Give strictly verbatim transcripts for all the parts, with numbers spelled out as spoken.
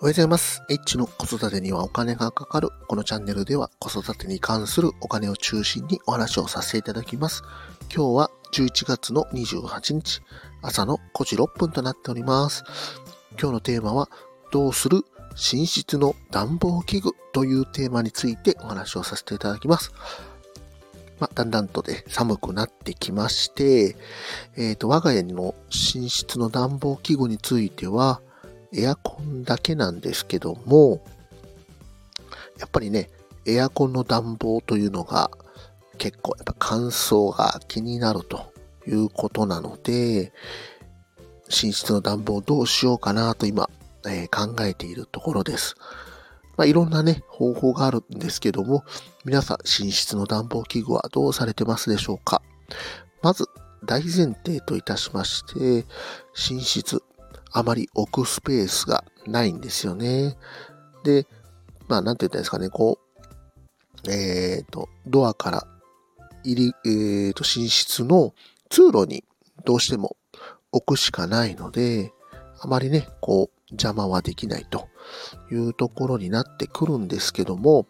おはようございます。H の子育てにはお金がかかる。このチャンネルでは子育てに関するお金を中心にお話をさせていただきます。今日はじゅういちがつのにじゅうはちにち、朝のごじろっぷんとなっております。今日のテーマは、どうする寝室の暖房器具というテーマについてお話をさせていただきます。まあ、だんだんとね、寒くなってきまして、えっと、我が家の寝室の暖房器具については、エアコンだけなんですけども、やっぱりね、エアコンの暖房というのが結構やっぱ乾燥が気になるということなので、寝室の暖房どうしようかなと今、えー、考えているところです。まあ、いろんなね、方法があるんですけども、皆さん寝室の暖房器具はどうされてますでしょうか。まず、大前提といたしまして、寝室、あまり置くスペースがないんですよね。で、まあ、なんて言ったらいいですかね、こう、えっと、ドアから入り、えっと、寝室の通路にどうしても置くしかないので、あまりね、こう、邪魔はできないというところになってくるんですけども、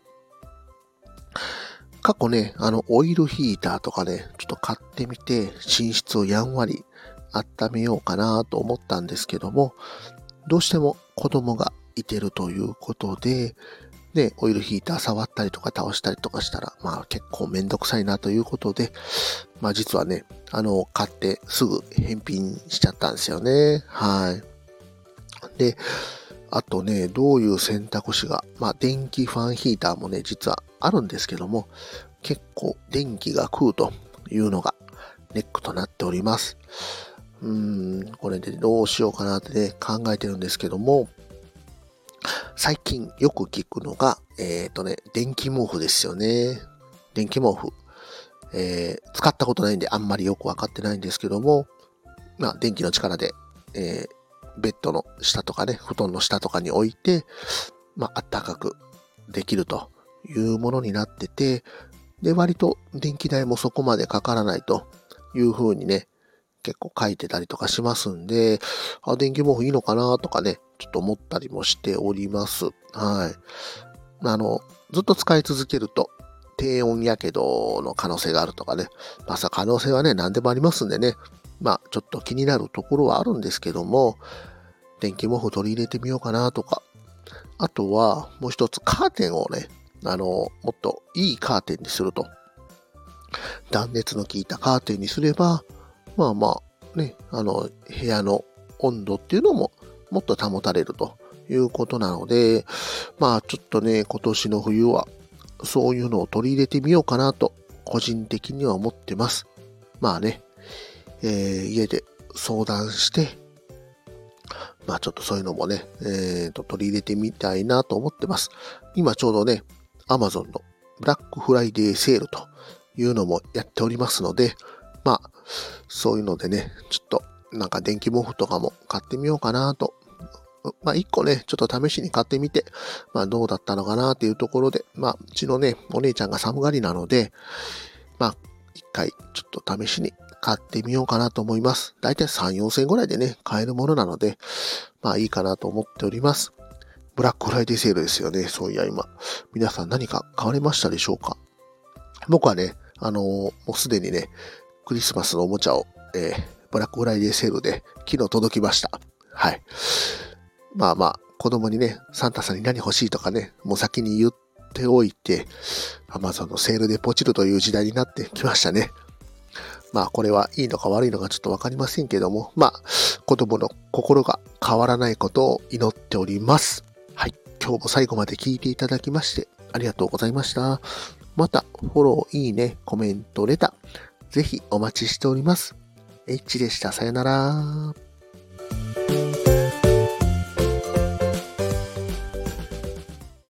過去ね、あの、オイルヒーターとかね、ちょっと買ってみて、寝室をやんわり温めようかなと思ったんですけども、どうしても子供がいてるということで、で、オイルヒーター触ったりとか倒したりとかしたら、まあ結構めんどくさいなということで、まあ実はね、あの、買ってすぐ返品しちゃったんですよね。はい。で、あとね、どういう選択肢が、まあ電気ファンヒーターもね、実はあるんですけども、結構電気が食うというのがネックとなっております。うーん、これでどうしようかなってね、考えてるんですけども、最近よく聞くのが、えっとね、電気毛布ですよね。電気毛布。えー、使ったことないんであんまりよくわかってないんですけども、まあ、電気の力で、えー、ベッドの下とかね、布団の下とかに置いて、まあ、暖かくできるというものになってて、で、割と電気代もそこまでかからないという風にね、結構書いてたりとかしますんで、あ、電気毛布いいのかなとかね、ちょっと思ったりもしております。はい。あの、ずっと使い続けると、低温やけどの可能性があるとかね。まあさ、可能性はね、何でもありますんでね。まあ、ちょっと気になるところはあるんですけども、電気毛布取り入れてみようかなとか。あとは、もう一つ、カーテンをね、あの、もっといいカーテンにすると。断熱の効いたカーテンにすれば、まあまあ、ね、あの、部屋の温度っていうのももっと保たれるということなので、まあちょっとね、今年の冬はそういうのを取り入れてみようかなと、個人的には思ってます。まあね、えー、家で相談して、まあちょっとそういうのもね、えーと、取り入れてみたいなと思ってます。今ちょうどね、Amazon のブラックフライデーセールというのもやっておりますので、まあ、そういうのでね、ちょっとなんか電気毛布とかも買ってみようかなと。まあ一個ね、ちょっと試しに買ってみて、まあどうだったのかなっていうところで、まあうちのね、お姉ちゃんが寒がりなので、まあ一回ちょっと試しに買ってみようかなと思います。だいたいさん、よんせんぐらいでね、買えるものなので、まあいいかなと思っております。ブラックフライデーセールですよね、そういや今。皆さん何か買われましたでしょうか？僕はね、あのー、もうすでにね、クリスマスのおもちゃを、えー、ブラックフライデーセールで昨日届きました。はい。まあまあ、子供にね、サンタさんに何欲しいとかね、もう先に言っておいて、Amazon のセールでポチるという時代になってきましたね。まあこれはいいのか悪いのかちょっとわかりませんけども、まあ、子供の心が変わらないことを祈っております。はい。今日も最後まで聞いていただきましてありがとうございました。また、フォロー、いいね、コメント、レター、ぜひお待ちしております。H でした。さよなら。